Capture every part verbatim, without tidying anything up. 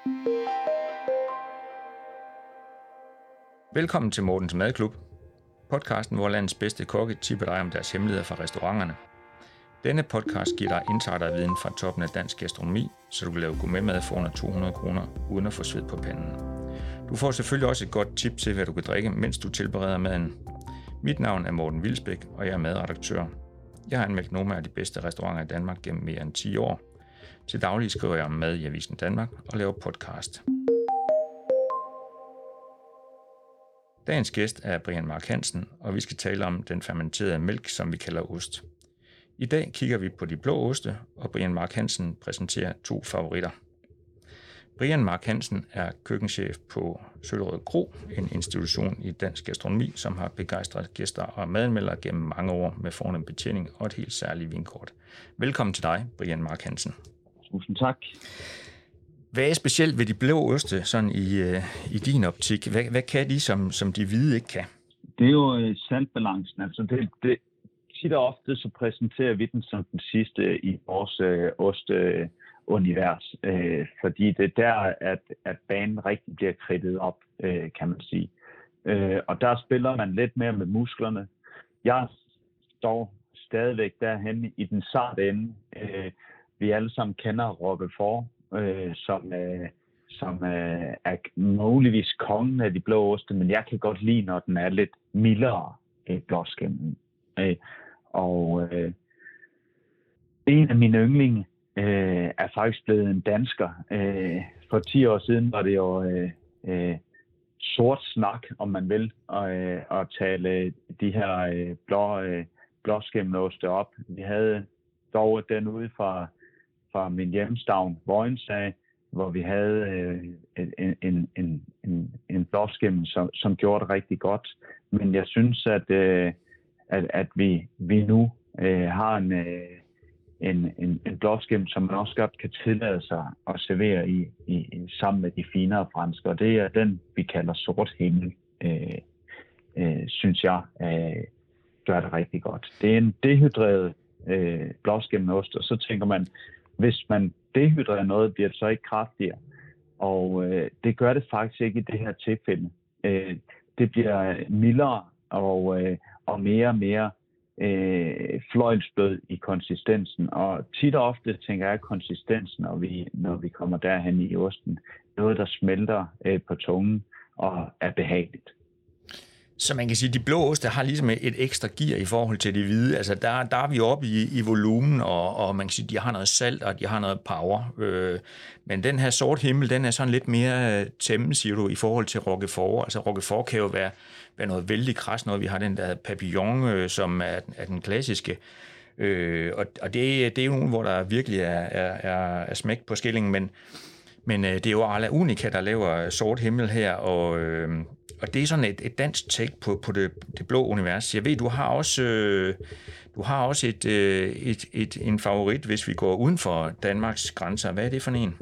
Velkommen til Mortens Madklub, podcasten, hvor landets bedste kokke tipper dig om deres hemmeligheder fra restauranterne. Denne podcast giver dig insiderviden fra toppen af dansk gastronomi, så du kan lave gourmetmad for under to hundrede kroner, uden at få sved på panden. Du får selvfølgelig også et godt tip til, hvad du kan drikke, mens du tilbereder maden. Mit navn er Morten Wilsbæk, og jeg er madredaktør. Jeg har anmeldt nogle af de bedste restauranter i Danmark gennem mere end ti år. Til daglig skriver jeg om mad i Avisen Danmark og laver podcast. Dagens gæst er Brian Mark Hansen, og vi skal tale om den fermenterede mælk, som vi kalder ost. I dag kigger vi på de blå oste, og Brian Mark Hansen præsenterer to favoritter. Brian Mark Hansen er køkkenchef på Søllerød Kro, en institution i dansk gastronomi, som har begejstret gæster og madanmeldere gennem mange år med fornem betjening og et helt særligt vinkort. Velkommen til dig, Brian Mark Hansen. Tusind tak. Hvad er specielt ved de blå oste sådan i, i din optik? Hvad, hvad kan de, som, som de hvide ikke kan? Det er jo saltbalancen. Altså det, det, tit og ofte så præsenterer vi den som den sidste i vores øh, osteunivers, øh, fordi det er der, at, at banen rigtig bliver kridtet op, øh, kan man sige. Øh, og der spiller man lidt mere med musklerne. Jeg står stadigvæk derhen i den sarte ende. Øh, vi alle sammen kender Roquefort, Øh, som, øh, som øh, er muligvis kongen af de blå oste, men jeg kan godt lide, når den er lidt mildere øh, blåskimmen. Øh, og øh, en af mine yndlinge øh, er faktisk blevet en dansker. Øh, for ti år siden var det jo øh, øh, sort snak, om man vil, og, øh, at tale de her øh, blå, øh, blåskimmeloste op. Vi havde dog den ude fra fra min hjemstavn, Vojensag, hvor vi havde øh, en, en, en, en, en blåskimmel, som, som gjorde det rigtig godt. Men jeg synes, at, øh, at, at vi, vi nu øh, har en, øh, en, en, en blåskimmel, som man også godt kan tillade sig at servere i, i, i, sammen med de finere franske. Og det er den, vi kalder sort himmel, øh, øh, synes jeg, øh, gør det rigtig godt. Det er en dehydreret øh, blåskimmelost, og så tænker man, hvis man dehydrerer noget, bliver det så ikke kraftigere. Og øh, det gør det faktisk ikke i det her tilfælde. Øh, det bliver mildere og, øh, og mere og mere øh, fløjlsblød i konsistensen. Og tit og ofte tænker jeg konsistensen, når vi, når vi kommer derhen i osten. Noget, der smelter øh, på tungen og er behageligt. Så man kan sige, at de blå oste har ligesom et ekstra gear i forhold til de hvide. Altså der, der er vi oppe i, i volumen, og, og man kan sige, at de har noget salt, og de har noget power. Øh, men den her sort himmel, den er sådan lidt mere tæmme, siger du, i forhold til Roquefort. Altså Roquefort kan jo være, være noget vældig kras, når vi har den der papillon, øh, som er, er den klassiske. Øh, og og det, det er jo nogen, hvor der virkelig er, er, er, er smæk på skillingen, men, men øh, det er jo Arla Unica, der laver sort himmel her, og... Øh, Og det er sådan et, et dansk take på, på det, det blå univers. Jeg ved, du har også, øh, du har også et, øh, et, et, en favorit, hvis vi går uden for Danmarks grænser. Hvad er det for en?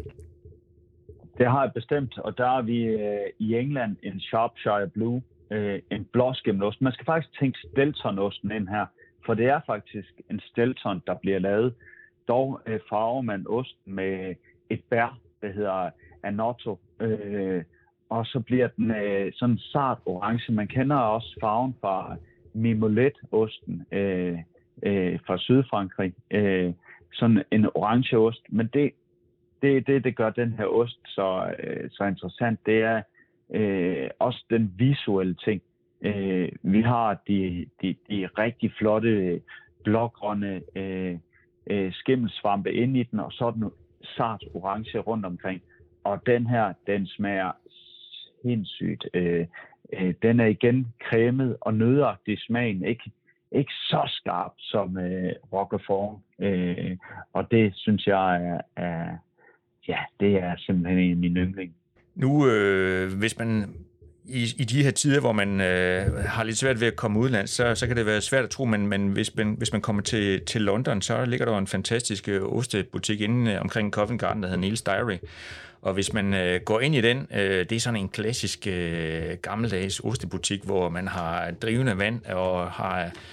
Det har jeg bestemt, og der er vi øh, i England en Shropshire Blue, øh, en blåskimmelost. Man skal faktisk tænke Steltonosten ind her, for det er faktisk en Stelton, der bliver lavet. Dog øh, farver man osten med et bær, der hedder Annotto, øh, og så bliver den øh, sådan sart orange. Man kender også farven fra Mimolette-osten øh, øh, fra Sydfrankrig. Øh, sådan en orange ost. Men det, det, det, det gør den her ost så, øh, så interessant. Det er øh, også den visuelle ting. Øh, vi har de, de, de rigtig flotte blågrønne øh, øh, skimmelsvampe inde i den, og så er den sart orange rundt omkring. Og den her, den smager sindssygt. Øh, øh, den er igen cremet og nødagtig i smagen. Ikke, ikke så skarp som øh, Roquefort. Øh, og det synes jeg er, er, ja, det er simpelthen en af mine yndling. Nu, øh, hvis man i, i de her tider, hvor man øh, har lidt svært ved at komme udlands, så, så kan det være svært at tro, men, men hvis, man, hvis man kommer til, til London, så ligger der en fantastisk ostebutik inde øh, omkring Covent Garden, der hedder Neil's Diary. Og hvis man øh, går ind i den, øh, det er sådan en klassisk øh, gammeldags ostebutik, hvor man har drivende vand og har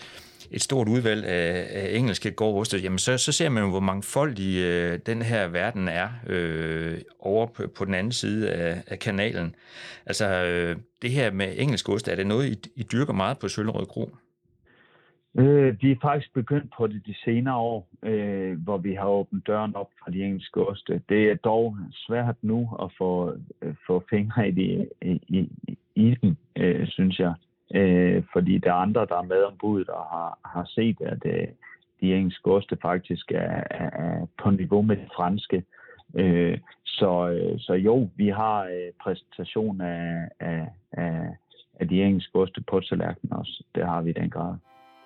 et stort udvalg af, af engelske gårdoste, jamen så, så ser man jo, hvor mangfoldig øh, den her verden er øh, over på, på den anden side af, af kanalen. Altså øh, det her med engelsk ost, er det noget, I, I dyrker meget på Søllerød Kro? Øh, vi er faktisk begyndt på det de senere år, øh, hvor vi har åbnet døren op for de engelske oste. Det er dog svært nu at få, øh, få fingre i, de, i, i, i den, øh, synes jeg. Øh, fordi der er andre, der er med om budet og har, har set, at øh, de engelske oste faktisk er, er, er på niveau med de franske. Øh, så, øh, så jo, vi har øh, præsentation af, af, af, af de engelske oste på tallerkenen også. Det har vi i den grad.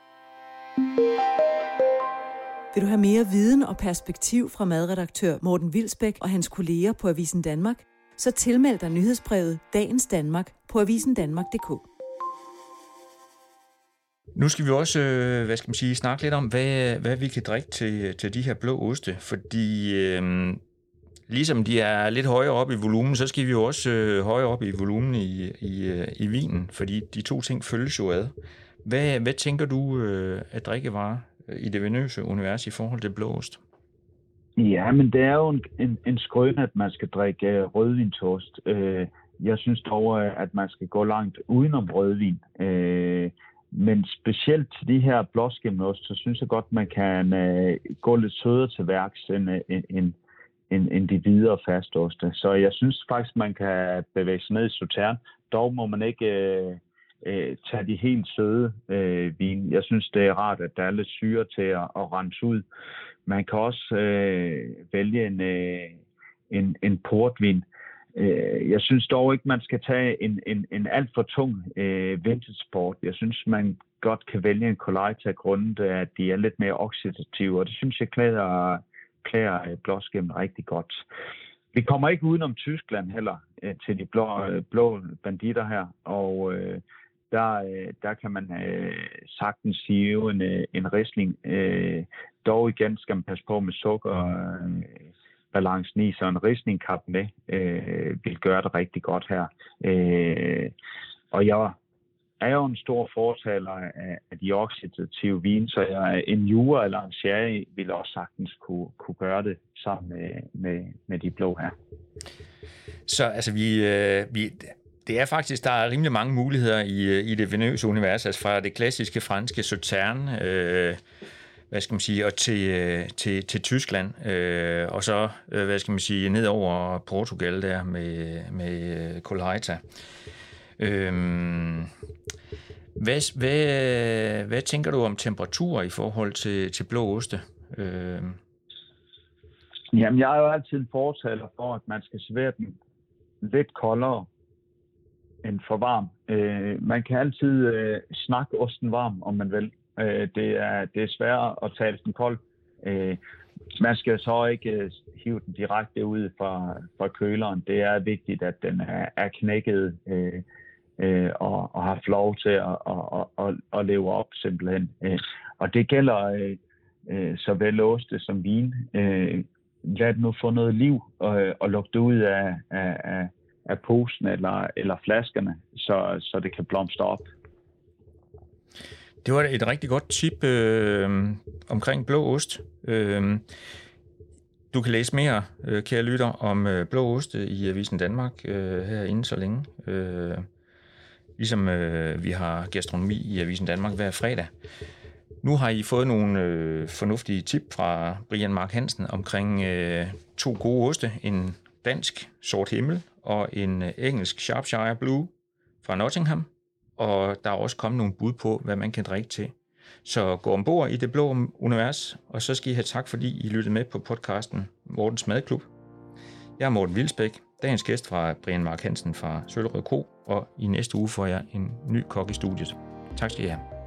Vil du have mere viden og perspektiv fra madredaktør Morten Wilsbæk og hans kolleger på Avisen Danmark, så tilmeld dig nyhedsbrevet Dagens Danmark på avisen danmark punktum d k. Nu skal vi også, hvad skal man sige, snakke lidt om, hvad, hvad vi kan drikke til, til de her blå oste, fordi øh, ligesom de er lidt højere op i volumen, så skal vi jo også øh, højere op i volumen i, i, i vinen, fordi de to ting følges jo ad. Hvad, hvad tænker du øh, at drikkevarer i det venøse univers i forhold til blåost? Ja, men det er jo en, en, en skrøne, at man skal drikke øh, rødvintost. Øh, jeg synes dog, at man skal gå langt udenom rødvin. Øh, men specielt til de her blåskimmelost, så synes jeg godt, man kan øh, gå lidt sødere til værks end, end, end, end de videre fastoste. Så jeg synes faktisk, man kan bevæge sig ned i Sautern. Dog må man ikke... Øh, Øh, tage de helt søde øh, vin. Jeg synes, det er rart, at der er lidt syre til at, at rense ud. Man kan også øh, vælge en, øh, en, en portvin. Øh, jeg synes dog ikke, man skal tage en, en, en alt for tung øh, vintage port. Jeg synes, man godt kan vælge en Colheita grundet, at de er lidt mere oxidative, og det synes jeg klæder, klæder blåskimmen rigtig godt. Vi kommer ikke udenom Tyskland heller øh, til de blå, øh, blå banditter her, og øh, Der, der kan man øh, sagtens sige en, en Riesling. Øh, dog igen skal man passe på med sukkerbalancen øh, i, så en Riesling Cabernet øh, vil gøre det rigtig godt her. Øh, og jeg er jo en stor fortaler af, af de oxidative vine, så jeg, en Jura eller en Sherry vil også sagtens kunne, kunne gøre det sammen med, med, med de blå her. Så altså vi... Øh, vi Det er faktisk, der er rimelig mange muligheder i, i det venøse univers, altså fra det klassiske franske Sautern, øh, hvad skal man sige, og til, til, til Tyskland, øh, og så, øh, hvad skal man sige, ned over Portugal der med, med Colheita. Øh, hvad, hvad, hvad tænker du om temperaturer i forhold til, til blå oste? Øh. Jamen, jeg er jo altid en fortaler for, at man skal servere den lidt koldere end for varm. Øh, man kan altid øh, snakke osten varm, om man vil. Øh, det, er, det er svært at tale den kold. Øh, man skal så ikke øh, hive den direkte ud fra, fra køleren. Det er vigtigt, at den er, er knækket øh, øh, og, og har lov til at, at, at, at leve op simpelthen. Øh, og det gælder øh, øh, såvel oste som vin. Øh, lad den nu få noget liv og, og lukke det ud af, af, af af posen eller, eller flaskerne, så, så det kan blomstre op. Det var et rigtig godt tip øh, omkring blå ost. Øh, du kan læse mere, øh, kære lytter, om øh, blå ost i Avisen Danmark øh, her inden så længe. Øh, ligesom øh, vi har gastronomi i Avisen Danmark hver fredag. Nu har I fået nogle øh, fornuftige tip fra Brian Mark Hansen omkring øh, to gode oste. En dansk Sort Himmel og en engelsk Shropshire Blue fra Nottingham. Og der er også kommet nogle bud på, hvad man kan drikke til. Så gå ombord i det blå univers, og så skal I have tak, fordi I lyttede med på podcasten Mortens Madklub. Jeg er Morten Wilsbæk, dagens gæst fra Brian Mark Hansen fra Søllerød Kro, og i næste uge får jeg en ny kok i studiet. Tak skal I have.